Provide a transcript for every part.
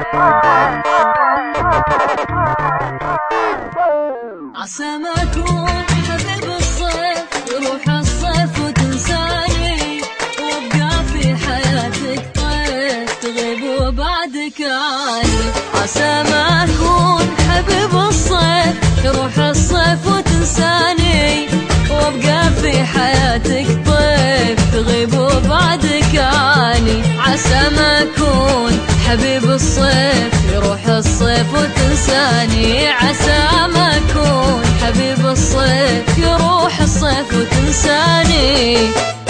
عسى ما اكون حبيب الصيف يروح الصيف وتنساني، وابقى في حياتك طيف تغيب وبعدك عاني. عسى ما اكون حبيب الصيف يروح الصيف وتنساني، وابقى في حياتك طيف تغيب وبعدك عاني. عسى ما اكون حبيب الصيف يروح الصيف وتنساني، عسى ما اكون حبيب الصيف يروح الصيف وتنساني.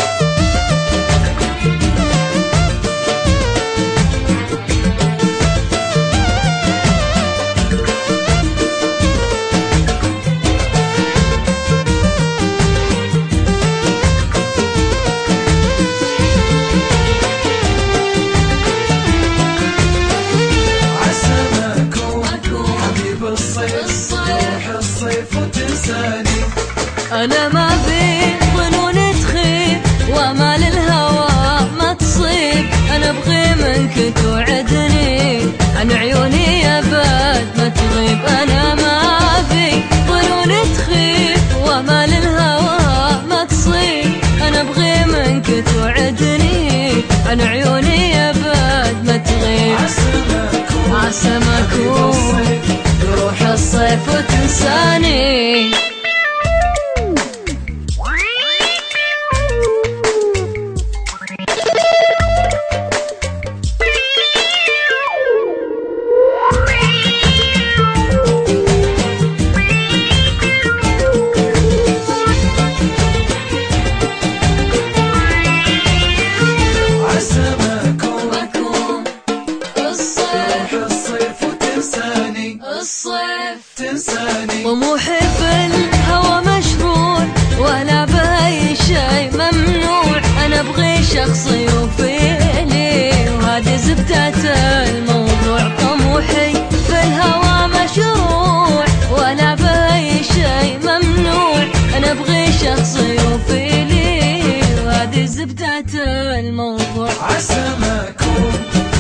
أنا ما بي ظنون تخيب وأمال الهوى ما تصيب، أنا أبغي منك توعدني عن عيوني أبد ما تغيب. أنا ما بي ظنون تخيب وأمال الهوى ما تصيب، أنا أبغي منك توعدني عن عيوني أبد ما تغيب. عسى ما أكون يروح الصيف وتنساني. طموحي في الهوى مشروع ولا بأي شيء ممنوع، أنا أبغي شخص يوفيني وهذه زبدة الموضوع. طموحي في الهوى مشروع ولا بأي شيء ممنوع، أنا أبغي شخص يوفيني وهذه زبدة الموضوع. عسى ما أكون